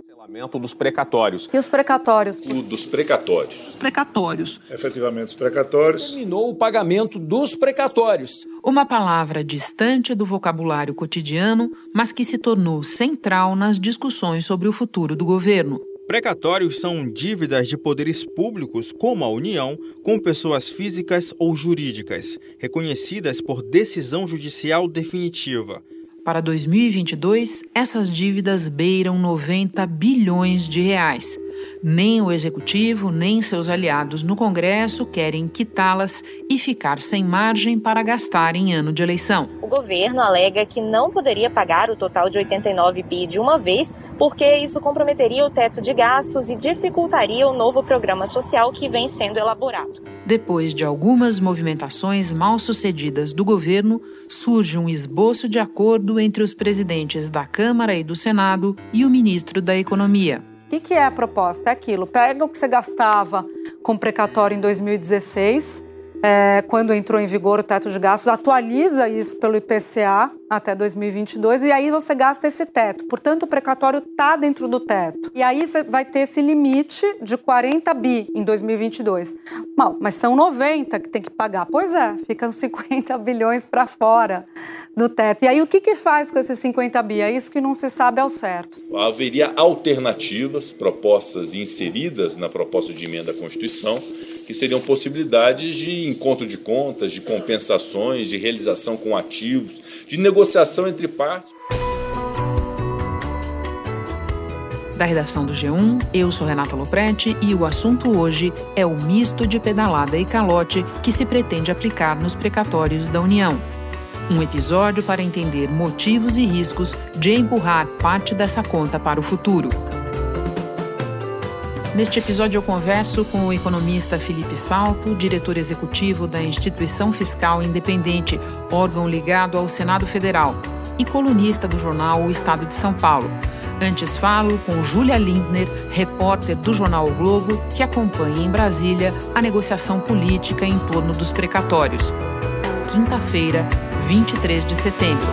Cancelamento dos precatórios. E os precatórios? Dos precatórios. Os precatórios. Efetivamente, os precatórios. Terminou o pagamento dos precatórios. Uma palavra distante do vocabulário cotidiano, mas que se tornou central nas discussões sobre o futuro do governo. Precatórios são dívidas de poderes públicos, como a União, com pessoas físicas ou jurídicas, reconhecidas por decisão judicial definitiva. Para 2022, essas dívidas beiram 90 bilhões de reais. Nem o Executivo, nem seus aliados no Congresso querem quitá-las e ficar sem margem para gastar em ano de eleição. O governo alega que não poderia pagar o total de 89 bi de uma vez, porque isso comprometeria o teto de gastos e dificultaria o novo programa social que vem sendo elaborado. Depois de algumas movimentações mal sucedidas do governo, surge um esboço de acordo entre os presidentes da Câmara e do Senado e o ministro da Economia. O que é a proposta? É aquilo, pega o que você gastava com precatório em 2016, quando entrou em vigor o teto de gastos, atualiza isso pelo IPCA até 2022 e aí você gasta esse teto. Portanto, o precatório está dentro do teto. E aí você vai ter esse limite de 40 bi em 2022. Bom, mas são 90 que tem que pagar. Pois é, ficam 50 bilhões para fora do teto. E aí o que faz com esses 50 bi? É isso que não se sabe ao certo. Haveria alternativas propostas e inseridas na proposta de emenda à Constituição, que seriam possibilidades de encontro de contas, de compensações, de realização com ativos, de negociação entre partes. Da redação do G1, eu sou Renata Lopretti e o assunto hoje é o misto de pedalada e calote que se pretende aplicar nos precatórios da União. Um episódio para entender motivos e riscos de empurrar parte dessa conta para o futuro. Neste episódio eu converso com o economista Felipe Salto, diretor executivo da Instituição Fiscal Independente, órgão ligado ao Senado Federal, e colunista do jornal O Estado de São Paulo. Antes falo com Júlia Lindner, repórter do jornal O Globo, que acompanha em Brasília a negociação política em torno dos precatórios. Quinta-feira, 23 de setembro.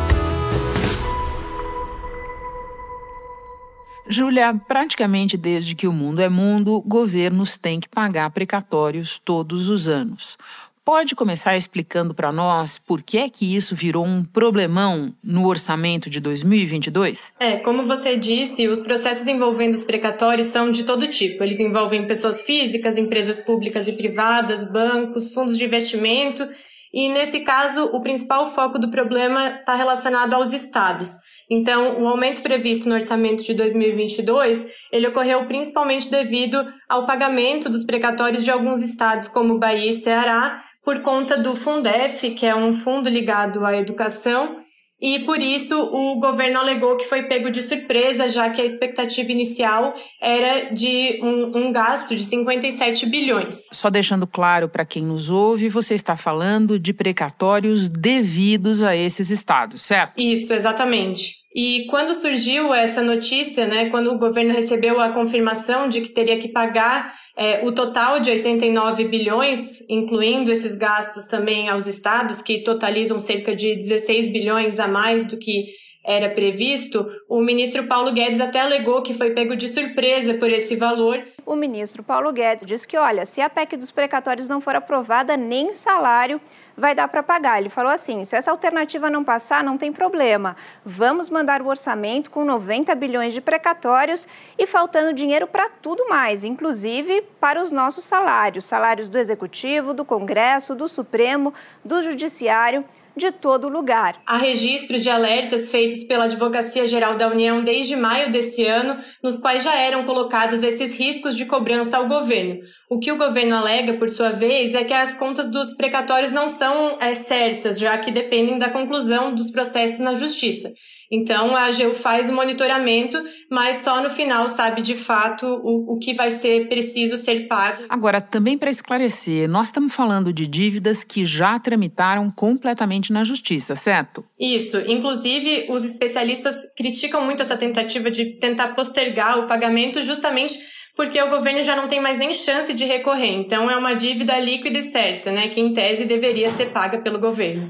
Júlia, praticamente desde que o mundo é mundo, governos têm que pagar precatórios todos os anos. Pode começar explicando para nós por que é que isso virou um problemão no orçamento de 2022? Como você disse, os processos envolvendo os precatórios são de todo tipo. Eles envolvem pessoas físicas, empresas públicas e privadas, bancos, fundos de investimento. E, nesse caso, o principal foco do problema está relacionado aos estados. Então, o aumento previsto no orçamento de 2022, ele ocorreu principalmente devido ao pagamento dos precatórios de alguns estados, como Bahia e Ceará, por conta do Fundef, que é um fundo ligado à educação, e por isso o governo alegou que foi pego de surpresa, já que a expectativa inicial era de um gasto de 57 bilhões. Só deixando claro para quem nos ouve, você está falando de precatórios devidos a esses estados, certo? Isso, exatamente. E quando surgiu essa notícia, quando o governo recebeu a confirmação de que teria que pagar o total de 89 bilhões, incluindo esses gastos também aos estados, que totalizam cerca de 16 bilhões a mais do que era previsto, o ministro Paulo Guedes até alegou que foi pego de surpresa por esse valor. O ministro Paulo Guedes disse que, se a PEC dos precatórios não for aprovada, nem salário vai dar para pagar. Ele falou assim, se essa alternativa não passar, não tem problema. Vamos mandar o orçamento com 90 bilhões de precatórios e faltando dinheiro para tudo mais, inclusive para os nossos salários. Salários do Executivo, do Congresso, do Supremo, do Judiciário, de todo lugar. Há registros de alertas feitos pela Advocacia Geral da União desde maio desse ano, nos quais já eram colocados esses riscos de cobrança ao governo. O que o governo alega, por sua vez, é que as contas dos precatórios não são certas, já que dependem da conclusão dos processos na Justiça. Então, a AGU faz o monitoramento, mas só no final sabe de fato o que vai ser preciso ser pago. Agora, também para esclarecer, nós estamos falando de dívidas que já tramitaram completamente na Justiça, certo? Isso. Inclusive, os especialistas criticam muito essa tentativa de tentar postergar o pagamento justamente porque o governo já não tem mais nem chance de recorrer. Então, é uma dívida líquida e certa, que em tese deveria ser paga pelo governo.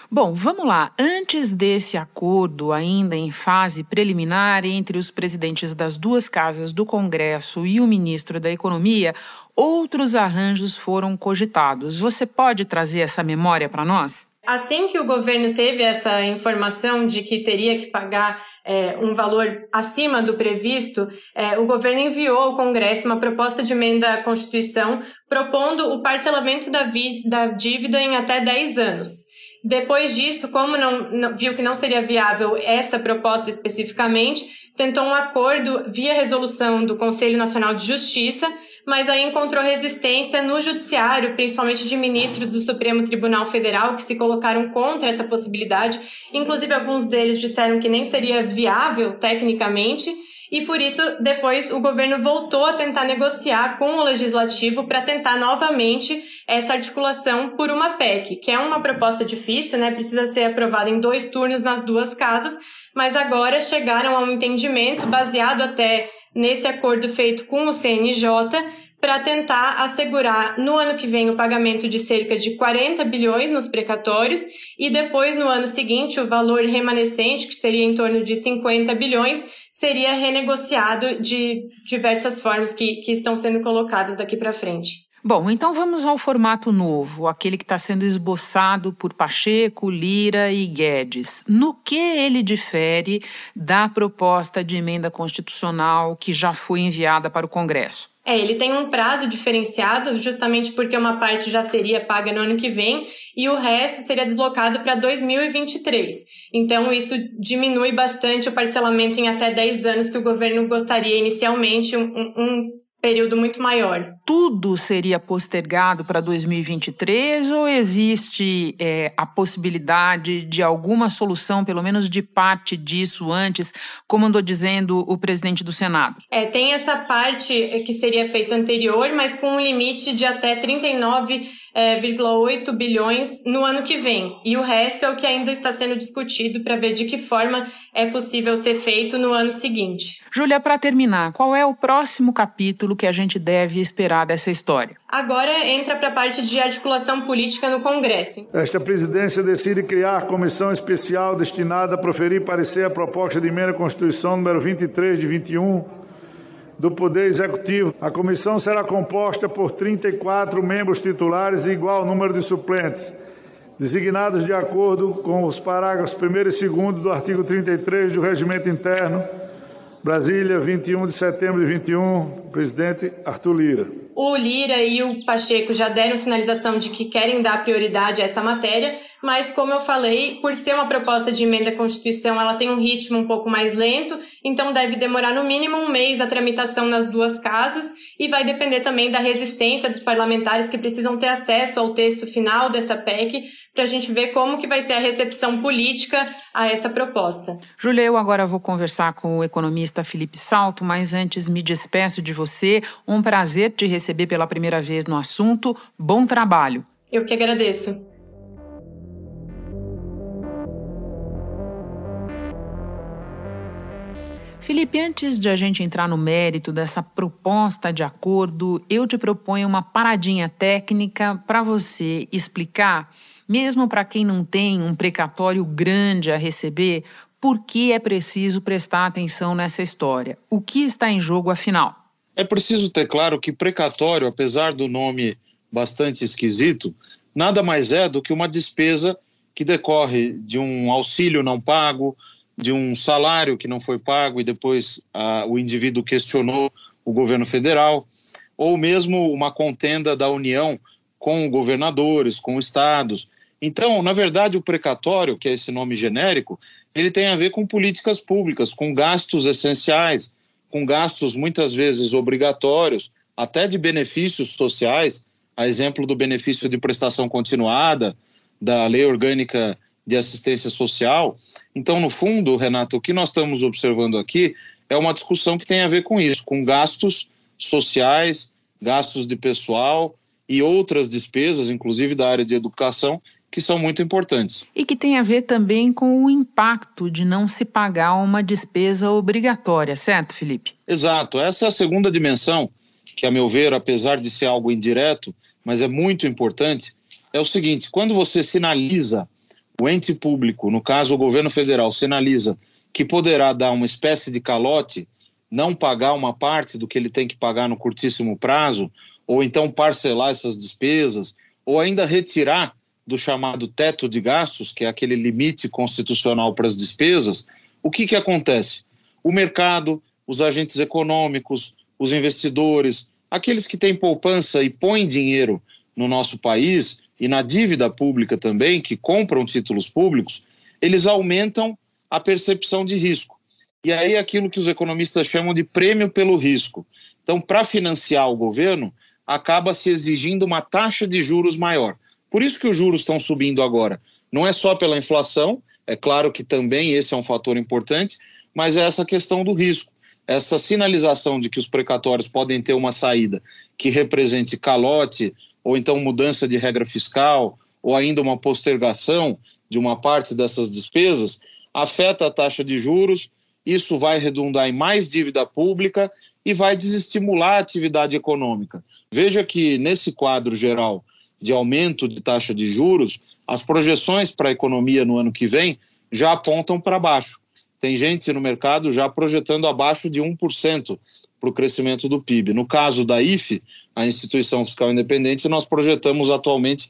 Bom, vamos lá. Antes desse acordo, ainda em fase preliminar entre os presidentes das duas casas do Congresso e o ministro da Economia, outros arranjos foram cogitados. Você pode trazer essa memória para nós? Assim que o governo teve essa informação de que teria que pagar um valor acima do previsto, o governo enviou ao Congresso uma proposta de emenda à Constituição propondo o parcelamento da dívida em até 10 anos. Depois disso, como não viu que não seria viável essa proposta especificamente, tentou um acordo via resolução do Conselho Nacional de Justiça, mas aí encontrou resistência no Judiciário, principalmente de ministros do Supremo Tribunal Federal, que se colocaram contra essa possibilidade. Inclusive, alguns deles disseram que nem seria viável tecnicamente, e por isso, depois, o governo voltou a tentar negociar com o Legislativo para tentar novamente essa articulação por uma PEC, que é uma proposta difícil, né? Precisa ser aprovada em 2 turnos nas duas casas, mas agora chegaram a um entendimento baseado até nesse acordo feito com o CNJ para tentar assegurar no ano que vem o pagamento de cerca de 40 bilhões nos precatórios e depois, no ano seguinte, o valor remanescente, que seria em torno de 50 bilhões, seria renegociado de diversas formas que estão sendo colocadas daqui para frente. Bom, então vamos ao formato novo, aquele que está sendo esboçado por Pacheco, Lira e Guedes. No que ele difere da proposta de emenda constitucional que já foi enviada para o Congresso? Ele tem um prazo diferenciado, justamente porque uma parte já seria paga no ano que vem e o resto seria deslocado para 2023. Então, isso diminui bastante o parcelamento em até 10 anos que o governo gostaria inicialmente, um período muito maior. Tudo seria postergado para 2023 ou existe a possibilidade de alguma solução, pelo menos de parte disso antes, como andou dizendo o presidente do Senado? Tem essa parte que seria feita anterior, mas com um limite de até 39,8 bilhões no ano que vem. E o resto é o que ainda está sendo discutido para ver de que forma é possível ser feito no ano seguinte. Júlia, para terminar, qual é o próximo capítulo que a gente deve esperar dessa história? Agora entra para a parte de articulação política no Congresso. Esta presidência decide criar comissão especial destinada a proferir parecer à proposta de emenda à Constituição número 23 de 21 do Poder Executivo. A comissão será composta por 34 membros titulares e igual número de suplentes, designados de acordo com os parágrafos 1º e 2º do artigo 33 do Regimento Interno. Brasília, 21 de setembro de 21, presidente Arthur Lira. O Lira e o Pacheco já deram sinalização de que querem dar prioridade a essa matéria, mas, como eu falei, por ser uma proposta de emenda à Constituição, ela tem um ritmo um pouco mais lento, então deve demorar no mínimo 1 mês a tramitação nas duas casas e vai depender também da resistência dos parlamentares que precisam ter acesso ao texto final dessa PEC para a gente ver como que vai ser a recepção política a essa proposta. Júlia, eu agora vou conversar com o economista Felipe Salto, mas antes me despeço de você. Um prazer te receber pela primeira vez no assunto. Bom trabalho. Eu que agradeço. Felipe, antes de a gente entrar no mérito dessa proposta de acordo, eu te proponho uma paradinha técnica para você explicar, mesmo para quem não tem um precatório grande a receber, por que é preciso prestar atenção nessa história. O que está em jogo, afinal? É preciso ter claro que precatório, apesar do nome bastante esquisito, nada mais é do que uma despesa que decorre de um auxílio não pago, de um salário que não foi pago e depois o indivíduo questionou o governo federal, ou mesmo uma contenda da União com governadores, com estados. Então, na verdade, o precatório, que é esse nome genérico, ele tem a ver com políticas públicas, com gastos essenciais, com gastos muitas vezes obrigatórios, até de benefícios sociais, a exemplo do benefício de prestação continuada, da Lei Orgânica de Assistência Social. Então, no fundo, Renato, o que nós estamos observando aqui é uma discussão que tem a ver com isso, com gastos sociais, gastos de pessoal e outras despesas, inclusive da área de educação, que são muito importantes. E que tem a ver também com o impacto de não se pagar uma despesa obrigatória, certo, Felipe? Exato. Essa é a segunda dimensão, que, a meu ver, apesar de ser algo indireto, mas é muito importante, é o seguinte: quando você sinaliza o ente público, no caso o governo federal, sinaliza que poderá dar uma espécie de calote, não pagar uma parte do que ele tem que pagar no curtíssimo prazo, ou então parcelar essas despesas, ou ainda retirar do chamado teto de gastos, que é aquele limite constitucional para as despesas, o que acontece? O mercado, os agentes econômicos, os investidores, aqueles que têm poupança e põem dinheiro no nosso país e na dívida pública também, que compram títulos públicos, eles aumentam a percepção de risco. E aí aquilo que os economistas chamam de prêmio pelo risco. Então, para financiar o governo, acaba se exigindo uma taxa de juros maior. Por isso que os juros estão subindo agora. Não é só pela inflação, é claro que também esse é um fator importante, mas é essa questão do risco. Essa sinalização de que os precatórios podem ter uma saída que represente calote, ou então mudança de regra fiscal, ou ainda uma postergação de uma parte dessas despesas, afeta a taxa de juros, isso vai redundar em mais dívida pública e vai desestimular a atividade econômica. Veja que nesse quadro geral de aumento de taxa de juros, as projeções para a economia no ano que vem já apontam para baixo. Tem gente no mercado já projetando abaixo de 1% para o crescimento do PIB. No caso da IFE, a Instituição Fiscal Independente, nós projetamos atualmente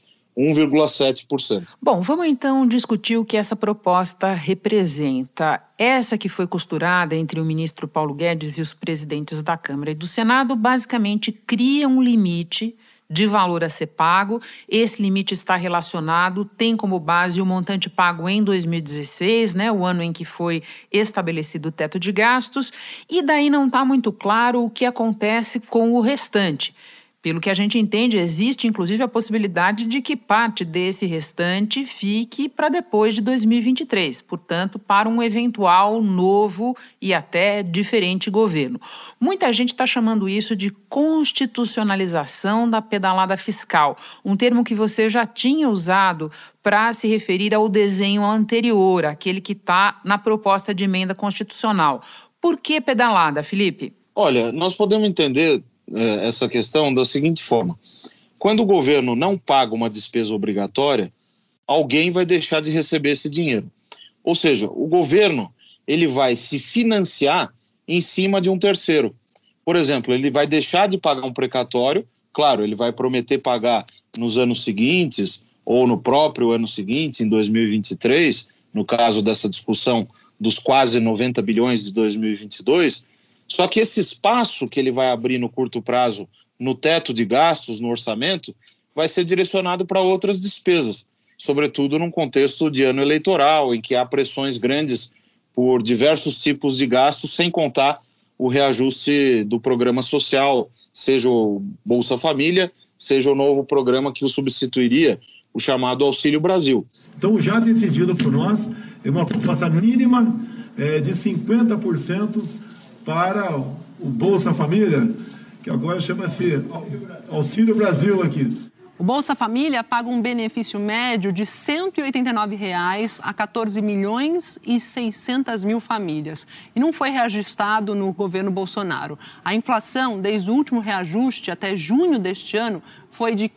1,7%. Bom, vamos então discutir o que essa proposta representa. Essa que foi costurada entre o ministro Paulo Guedes e os presidentes da Câmara e do Senado, basicamente cria um limite de valor a ser pago. Esse limite está relacionado, tem como base o montante pago em 2016, o ano em que foi estabelecido o teto de gastos, e daí não está muito claro o que acontece com o restante. Pelo que a gente entende, existe inclusive a possibilidade de que parte desse restante fique para depois de 2023, portanto, para um eventual novo e até diferente governo. Muita gente está chamando isso de constitucionalização da pedalada fiscal, um termo que você já tinha usado para se referir ao desenho anterior, aquele que está na proposta de emenda constitucional. Por que pedalada, Felipe? Olha, nós podemos entender essa questão da seguinte forma: quando o governo não paga uma despesa obrigatória, alguém vai deixar de receber esse dinheiro. Ou seja, o governo ele vai se financiar em cima de um terceiro. Por exemplo, ele vai deixar de pagar um precatório, claro, ele vai prometer pagar nos anos seguintes ou no próprio ano seguinte, em 2023, no caso dessa discussão dos quase 90 bilhões de 2022, só que esse espaço que ele vai abrir no curto prazo no teto de gastos, no orçamento, vai ser direcionado para outras despesas, sobretudo num contexto de ano eleitoral, em que há pressões grandes por diversos tipos de gastos, sem contar o reajuste do programa social, seja o Bolsa Família, seja o novo programa que o substituiria, o chamado Auxílio Brasil. Então, já decidido por nós, é uma proposta mínima de 50% para o Bolsa Família, que agora chama-se Auxílio Brasil aqui. O Bolsa Família paga um benefício médio de R$ 189 a 14 milhões e 600 mil famílias. E não foi reajustado no governo Bolsonaro. A inflação, desde o último reajuste até junho deste ano, foi de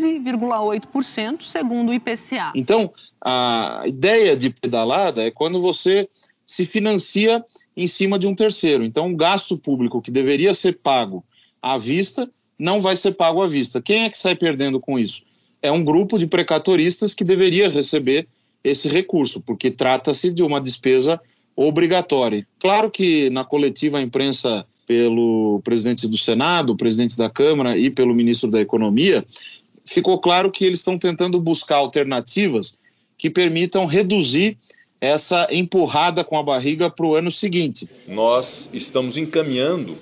15,8%, segundo o IPCA. Então, a ideia de pedalada é quando você se financia em cima de um terceiro. Então, um gasto público que deveria ser pago à vista não vai ser pago à vista. Quem é que sai perdendo com isso? É um grupo de precatoristas que deveria receber esse recurso, porque trata-se de uma despesa obrigatória. Claro que na coletiva à imprensa pelo presidente do Senado, presidente da Câmara e pelo ministro da Economia, ficou claro que eles estão tentando buscar alternativas que permitam reduzir essa empurrada com a barriga para o ano seguinte. Nós estamos encaminhando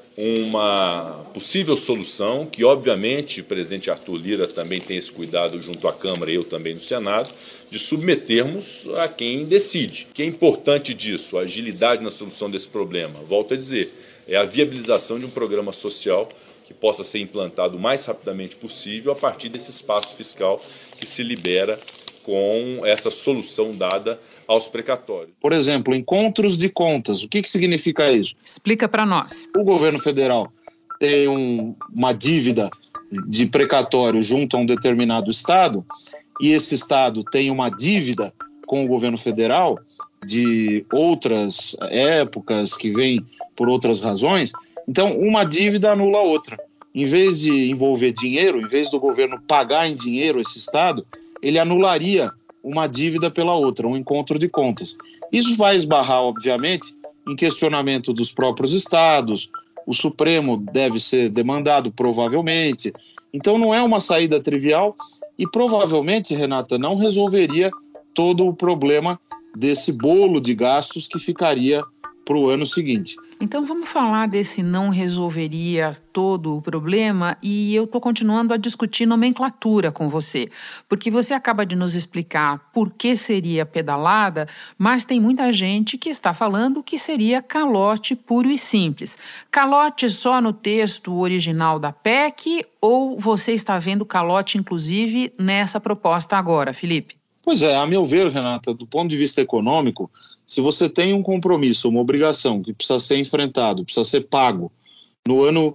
uma possível solução, que obviamente o presidente Arthur Lira também tem esse cuidado junto à Câmara e eu também no Senado, de submetermos a quem decide. O que é importante disso? A agilidade na solução desse problema. Volto a dizer, é a viabilização de um programa social que possa ser implantado o mais rapidamente possível a partir desse espaço fiscal que se libera com essa solução dada aos precatórios. Por exemplo, encontros de contas. O que significa isso? Explica para nós. O governo federal tem uma dívida de precatório junto a um determinado estado e esse Estado tem uma dívida com o governo federal de outras épocas que vem por outras razões, então uma dívida anula a outra. Em vez de envolver dinheiro, em vez do governo pagar em dinheiro esse Estado, ele anularia uma dívida pela outra, um encontro de contas. Isso vai esbarrar, obviamente, em questionamento dos próprios estados, o Supremo deve ser demandado, provavelmente. Então não é uma saída trivial e provavelmente, Renata, não resolveria todo o problema desse bolo de gastos que ficaria para o ano seguinte. Então vamos falar desse não resolveria todo o problema e eu estou continuando a discutir nomenclatura com você, porque você acaba de nos explicar por que seria pedalada, mas tem muita gente que está falando que seria calote puro e simples. Calote só no texto original da PEC ou você está vendo calote inclusive nessa proposta agora, Felipe? Pois é, a meu ver, Renata, do ponto de vista econômico, se você tem um compromisso, uma obrigação que precisa ser enfrentado, precisa ser pago no ano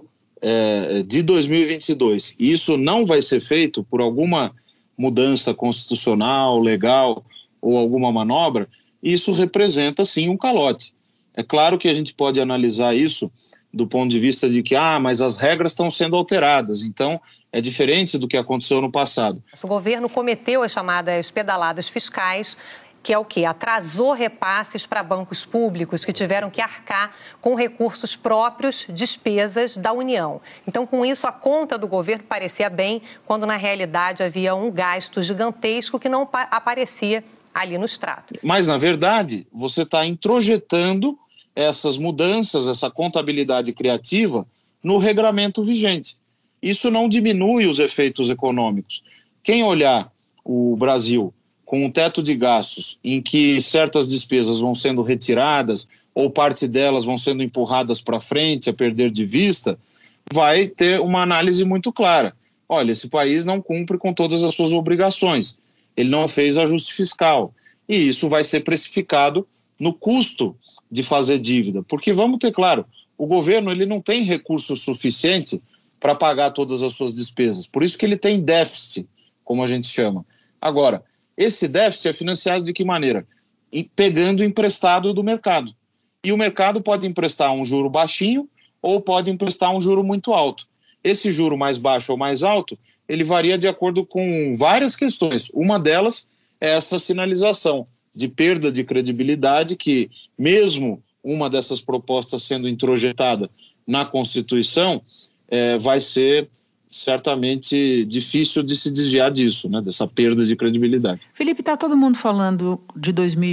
de 2022, e isso não vai ser feito por alguma mudança constitucional, legal ou alguma manobra, isso representa sim um calote. É claro que a gente pode analisar isso do ponto de vista de que, mas as regras estão sendo alteradas, então é diferente do que aconteceu no passado. O governo cometeu as chamadas pedaladas fiscais, que é o quê? Atrasou repasses para bancos públicos que tiveram que arcar com recursos próprios, despesas da União. Então, com isso, a conta do governo parecia bem, quando na realidade havia um gasto gigantesco que não aparecia ali no extrato. Mas, na verdade, você está introjetando essas mudanças, essa contabilidade criativa no regramento vigente. Isso não diminui os efeitos econômicos. Quem olhar o Brasil com um teto de gastos em que certas despesas vão sendo retiradas ou parte delas vão sendo empurradas para frente, a perder de vista, vai ter uma análise muito clara. Olha, esse país não cumpre com todas as suas obrigações, ele não fez ajuste fiscal, e isso vai ser precificado no custo de fazer dívida, porque vamos ter claro, o governo ele não tem recurso suficiente para pagar todas as suas despesas, por isso que ele tem déficit, como a gente chama. Agora, esse déficit é financiado de que maneira? Pegando emprestado do mercado. E o mercado pode emprestar um juro baixinho ou pode emprestar um juro muito alto. Esse juro mais baixo ou mais alto, ele varia de acordo com várias questões. Uma delas é essa sinalização de perda de credibilidade que, mesmo uma dessas propostas sendo introjetada na Constituição, vai ser certamente difícil de se desviar disso, né, dessa perda de credibilidade. Felipe, está todo mundo falando de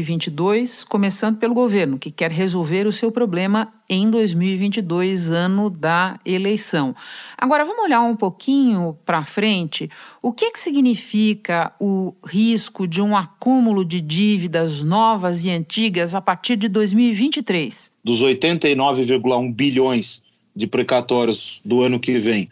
2022, começando pelo governo, que quer resolver o seu problema em 2022, ano da eleição. Agora, vamos olhar um pouquinho para frente. O que significa o risco de um acúmulo de dívidas novas e antigas a partir de 2023? Dos 89,1 bilhões de precatórios do ano que vem,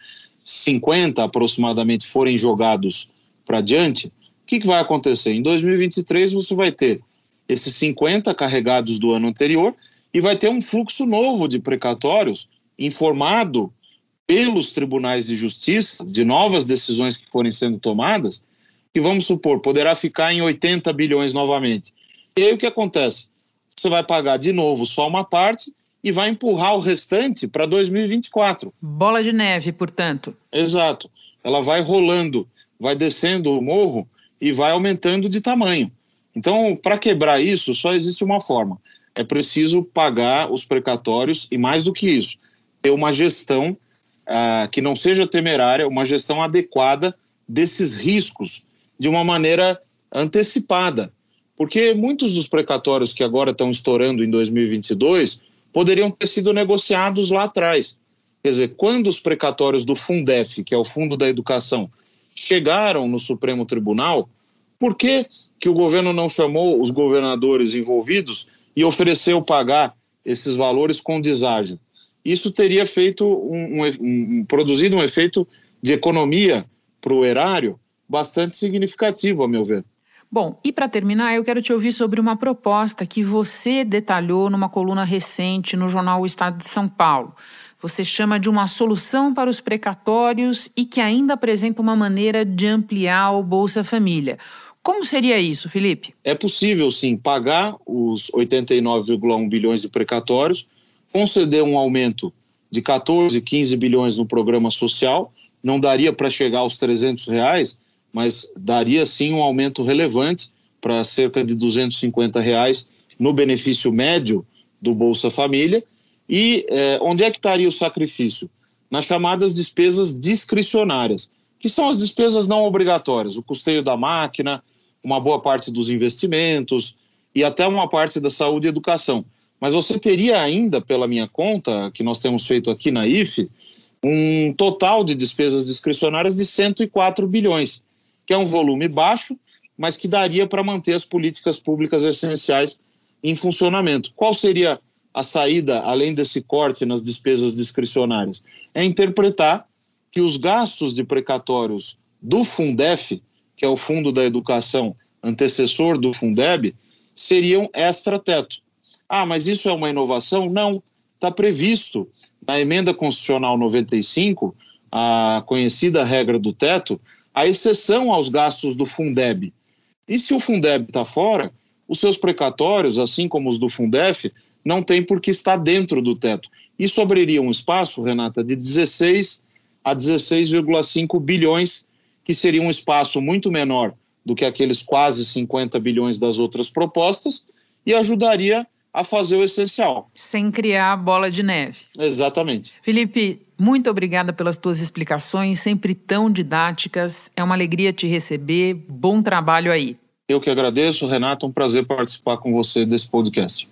50 aproximadamente forem jogados para diante, o que vai acontecer? Em 2023 você vai ter esses 50 carregados do ano anterior e vai ter um fluxo novo de precatórios informado pelos tribunais de justiça de novas decisões que forem sendo tomadas, que vamos supor, poderá ficar em 80 bilhões novamente. E aí o que acontece? Você vai pagar de novo só uma parte e vai empurrar o restante para 2024. Bola de neve, portanto. Exato. Ela vai rolando, vai descendo o morro e vai aumentando de tamanho. Então, para quebrar isso, só existe uma forma. É preciso pagar os precatórios e, mais do que isso, ter uma gestão que não seja temerária, uma gestão adequada desses riscos de uma maneira antecipada. Porque muitos dos precatórios que agora estão estourando em 2022 poderiam ter sido negociados lá atrás. Quer dizer, quando os precatórios do Fundef, que é o Fundo da Educação, chegaram no Supremo Tribunal, por que o governo não chamou os governadores envolvidos e ofereceu pagar esses valores com deságio? Isso teria feito produzido um efeito de economia para o erário bastante significativo, a meu ver. Bom, e para terminar, eu quero te ouvir sobre uma proposta que você detalhou numa coluna recente no jornal O Estado de São Paulo. você chama de uma solução para os precatórios e que ainda apresenta uma maneira de ampliar o Bolsa Família. Como seria isso, Felipe? É possível, sim, pagar os 89,1 bilhões de precatórios, conceder um aumento de 14, 15 bilhões no programa social. Não daria para chegar aos R$300, mas daria sim um aumento relevante para cerca de R$250 no benefício médio do Bolsa Família. E onde é que estaria o sacrifício? Nas chamadas despesas discricionárias, que são as despesas não obrigatórias, o custeio da máquina, uma boa parte dos investimentos e até uma parte da saúde e educação. Mas você teria ainda, pela minha conta, que nós temos feito aqui na IFE, um total de despesas discricionárias de 104 bilhões, que é um volume baixo, mas que daria para manter as políticas públicas essenciais em funcionamento. Qual seria a saída, além desse corte nas despesas discricionárias? É interpretar que os gastos de precatórios do Fundef, que é o Fundo da Educação, antecessor do Fundeb, seriam extra-teto. Ah, mas isso é uma inovação? Não, está previsto na Emenda Constitucional 95, a conhecida regra do teto, a exceção aos gastos do Fundeb. E se o Fundeb está fora, os seus precatórios, assim como os do Fundef, não tem por que estar dentro do teto. Isso abriria um espaço, Renata, de 16 a 16,5 bilhões, que seria um espaço muito menor do que aqueles quase 50 bilhões das outras propostas e ajudaria a fazer o essencial. Sem criar bola de neve. Exatamente. Felipe, muito obrigada pelas tuas explicações, sempre tão didáticas. É uma alegria te receber. Bom trabalho aí. Eu que agradeço, Renata. Um prazer participar com você desse podcast.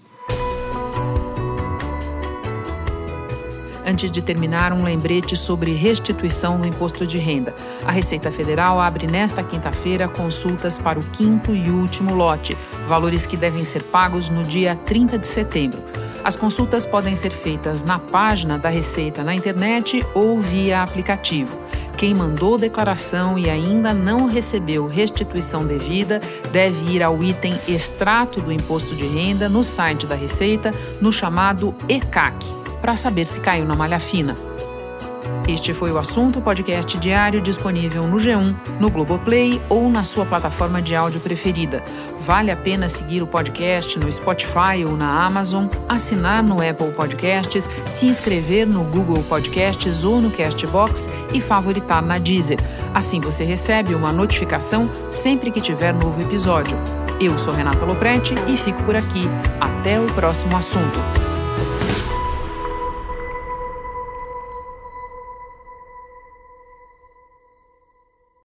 Antes de terminar, um lembrete sobre restituição do imposto de renda. A Receita Federal abre nesta quinta-feira consultas para o 5º e último lote, valores que devem ser pagos no dia 30 de setembro. As consultas podem ser feitas na página da Receita na internet ou via aplicativo. Quem mandou declaração e ainda não recebeu restituição devida deve ir ao item Extrato do Imposto de Renda no site da Receita, no chamado ECAC, para saber se caiu na malha fina. Este foi o Assunto, podcast diário disponível no G1, no Globoplay ou na sua plataforma de áudio preferida. Vale a pena seguir o podcast no Spotify ou na Amazon, assinar no Apple Podcasts, se inscrever no Google Podcasts ou no Castbox e favoritar na Deezer. Assim você recebe uma notificação sempre que tiver novo episódio. Eu sou Renata Lopretti e fico por aqui. Até o próximo assunto.